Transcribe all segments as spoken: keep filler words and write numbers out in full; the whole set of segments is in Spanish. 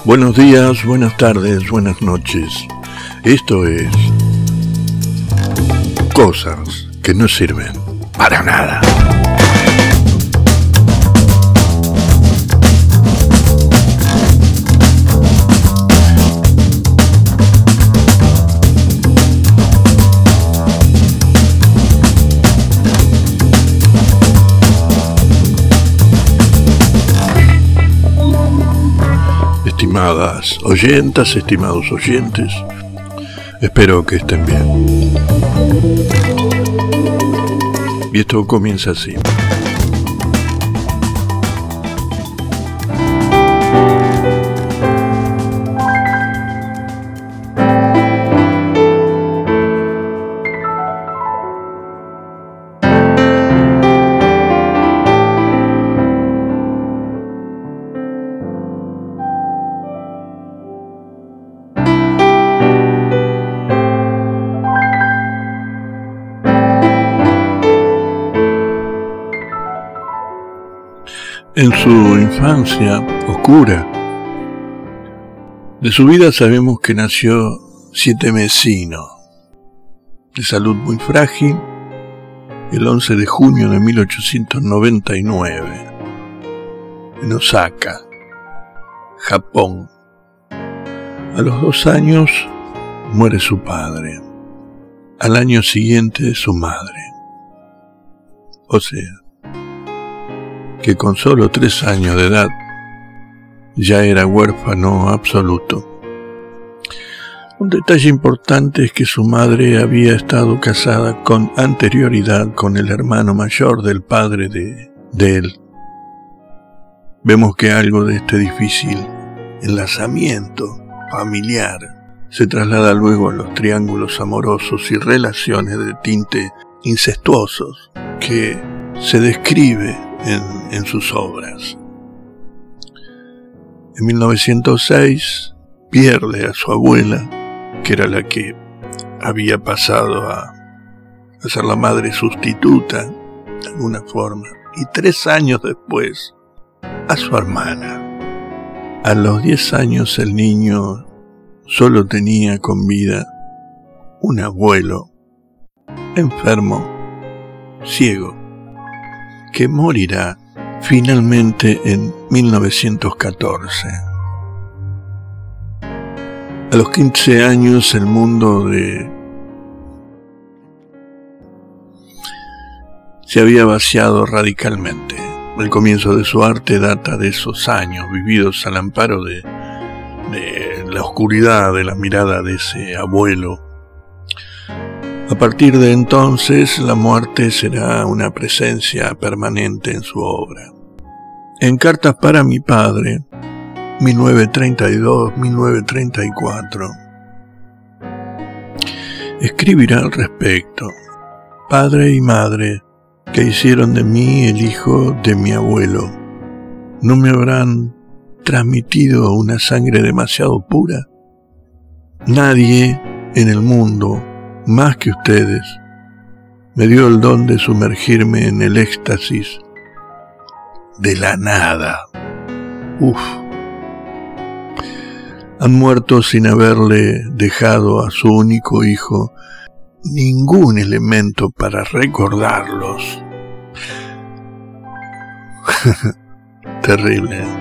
Buenos días, buenas tardes, buenas noches. Esto es Cosas que no sirven para nada. Estimadas oyentas, estimados oyentes, espero que estén bien. Y esto comienza así. En su infancia oscura de su vida sabemos que nació sietemesino, de salud muy frágil, el once de junio de mil ochocientos noventa y nueve, en Osaka, Japón. A los dos años muere su padre, al año siguiente su madre. O sea, que con solo tres años de edad ya era huérfano absoluto. Un detalle importante es que su madre había estado casada con anterioridad con el hermano mayor del padre de, de él. Vemos que algo de este difícil enlazamiento familiar se traslada luego a los triángulos amorosos y relaciones de tinte incestuosos que se describe En, en sus obras. En mil novecientos seis pierde a su abuela, que era la que había pasado a, a ser la madre sustituta de alguna forma, y tres años después a su hermana. A los diez años el niño solo tenía con vida un abuelo enfermo, ciego, que morirá finalmente en mil novecientos catorce. A los quince años el mundo de se había vaciado radicalmente. El comienzo de su arte data de esos años vividos al amparo de, de la oscuridad de la mirada de ese abuelo. A partir de entonces, la muerte será una presencia permanente en su obra. En Cartas para mi padre, mil novecientos treinta y dos a mil novecientos treinta y cuatro, escribirá al respecto: Padre y madre, que hicieron de mí el hijo de mi abuelo, ¿no me habrán transmitido una sangre demasiado pura? Nadie en el mundo, más que ustedes, me dio el don de sumergirme en el éxtasis de la nada. Uf. Han muerto sin haberle dejado a su único hijo ningún elemento para recordarlos. Terrible, ¿eh?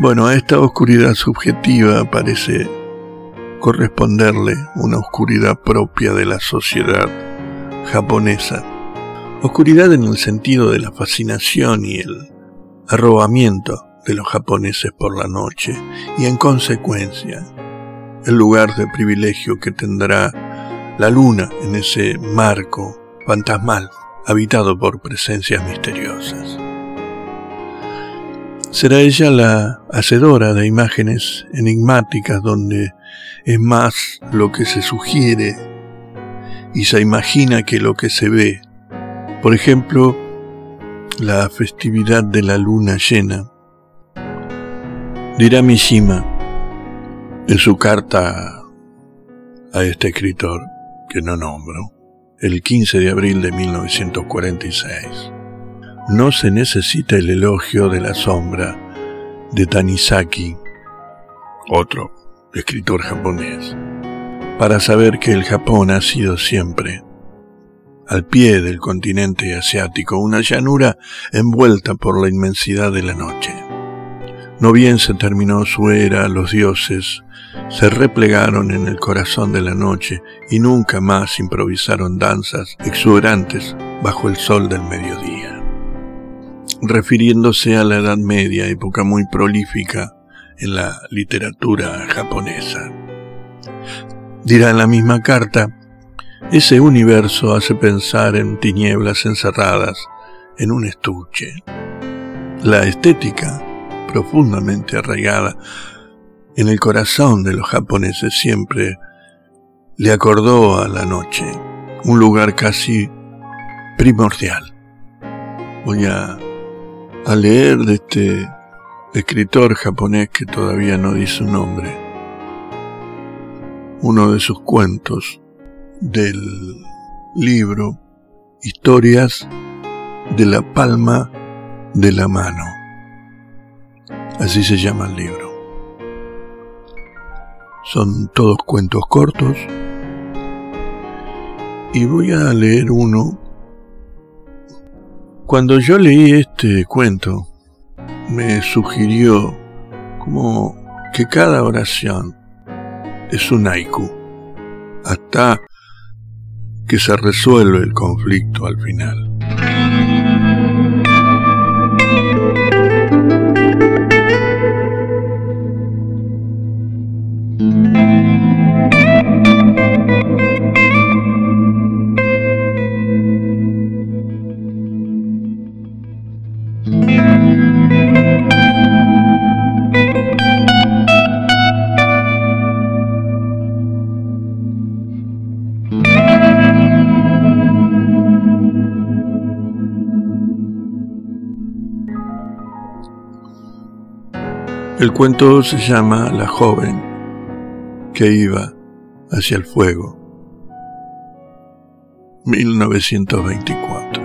Bueno, a esta oscuridad subjetiva parece corresponderle una oscuridad propia de la sociedad japonesa. Oscuridad en el sentido de la fascinación y el arrobamiento de los japoneses por la noche, y en consecuencia el lugar de privilegio que tendrá la luna en ese marco fantasmal habitado por presencias misteriosas. Será ella la hacedora de imágenes enigmáticas donde es más lo que se sugiere y se imagina que lo que se ve. Por ejemplo, la festividad de la luna llena. Dirá Mishima en su carta a este escritor, que no nombro, el quince de abril de mil novecientos cuarenta y seis. No se necesita el elogio de la sombra de Tanizaki, otro escritor japonés, para saber que el Japón ha sido siempre, al pie del continente asiático, una llanura envuelta por la inmensidad de la noche. No bien se terminó su era, los dioses se replegaron en el corazón de la noche y nunca más improvisaron danzas exuberantes bajo el sol del mediodía. Refiriéndose a la Edad Media, época muy prolífica en la literatura japonesa. Dirá en la misma carta: ese universo hace pensar en tinieblas encerradas en un estuche. La estética, profundamente arraigada en el corazón de los japoneses, siempre le acordó a la noche un lugar casi primordial. Voy a, a leer de este escritor japonés que todavía no dice su nombre, uno de sus cuentos del libro Historias de la palma de la mano. Así se llama el libro. Son todos cuentos cortos y voy a leer uno. Cuando yo leí este cuento, me sugirió como que cada oración es un haiku, hasta que se resuelve el conflicto al final. El cuento se llama La joven que iba hacia el fuego, mil novecientos veinticuatro.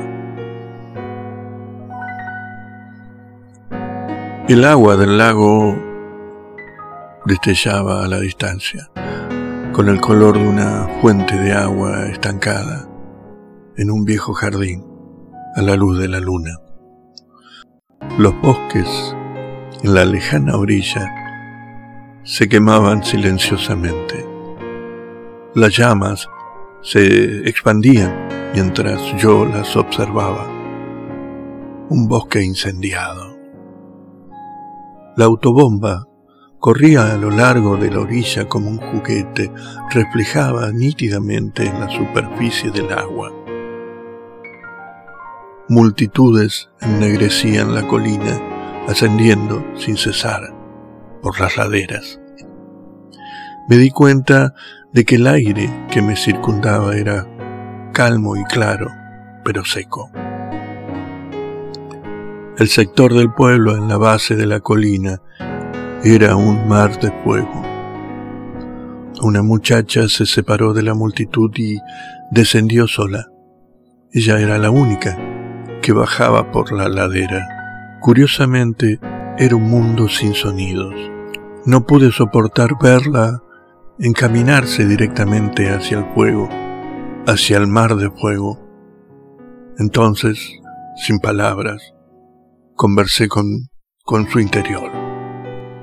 El agua del lago destellaba a la distancia, con el color de una fuente de agua estancada en un viejo jardín a la luz de la luna. Los bosques en la lejana orilla se quemaban silenciosamente. Las llamas se expandían mientras yo las observaba. Un bosque incendiado. La autobomba corría a lo largo de la orilla como un juguete, reflejaba nítidamente en la superficie del agua. Multitudes ennegrecían la colina, ascendiendo sin cesar por las laderas. Me di cuenta de que el aire que me circundaba era calmo y claro, pero seco. El sector del pueblo en la base de la colina era un mar de fuego. Una muchacha se separó de la multitud y descendió sola. Ella era la única que bajaba por la ladera. Curiosamente, era un mundo sin sonidos. No pude soportar verla encaminarse directamente hacia el fuego, hacia el mar de fuego. Entonces, sin palabras, conversé con, con su interior.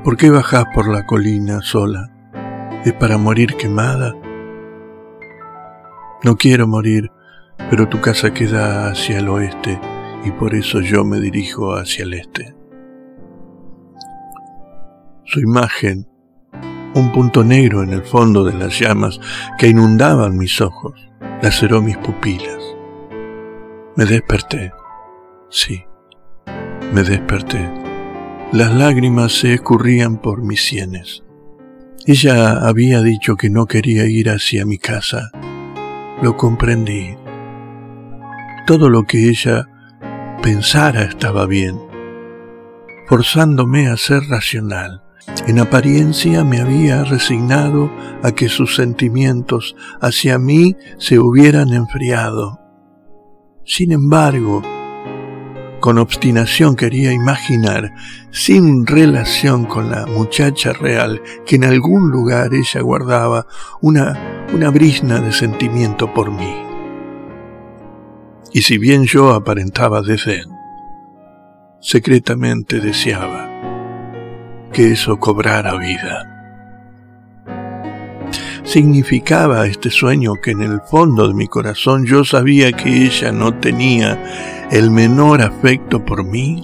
¿Por qué bajás por la colina sola? ¿Es para morir quemada? No quiero morir, pero tu casa queda hacia el oeste y por eso yo me dirijo hacia el este. Su imagen, un punto negro en el fondo de las llamas que inundaban mis ojos, laceró mis pupilas. Me desperté, sí, me desperté. Las lágrimas se escurrían por mis sienes. Ella había dicho que no quería ir hacia mi casa. Lo comprendí. Todo lo que ella pensara estaba bien, forzándome a ser racional. En apariencia me había resignado a que sus sentimientos hacia mí se hubieran enfriado. Sin embargo, con obstinación quería imaginar, sin relación con la muchacha real, que en algún lugar ella guardaba una, una brizna de sentimiento por mí. Y si bien yo aparentaba desdén, secretamente deseaba que eso cobrara vida. Significaba este sueño que en el fondo de mi corazón yo sabía que ella no tenía el menor afecto por mí.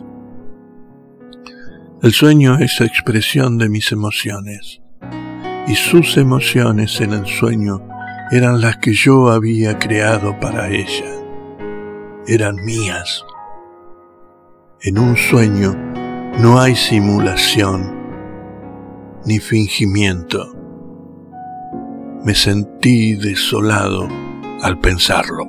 El sueño es expresión de mis emociones, y sus emociones en el sueño eran las que yo había creado para ella. Eran mías. En un sueño no hay simulación ni fingimiento. Me sentí desolado al pensarlo.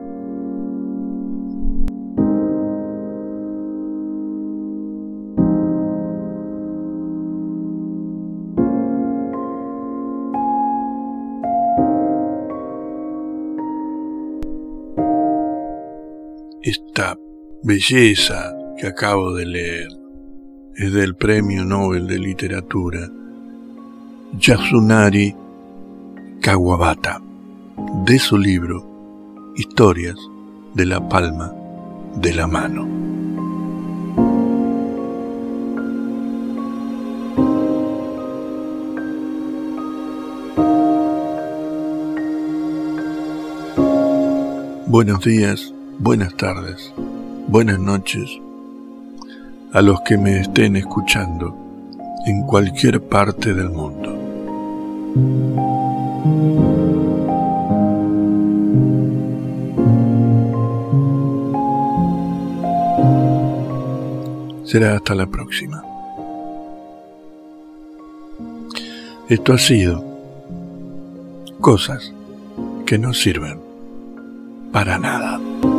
Esta belleza que acabo de leer es del Premio Nobel de Literatura Yasunari Kawabata, de su libro Historias de la palma de la mano. Buenos días, buenas tardes, buenas noches a los que me estén escuchando en cualquier parte del mundo. Será hasta la próxima. Esto ha sido Cosas que no sirven para nada.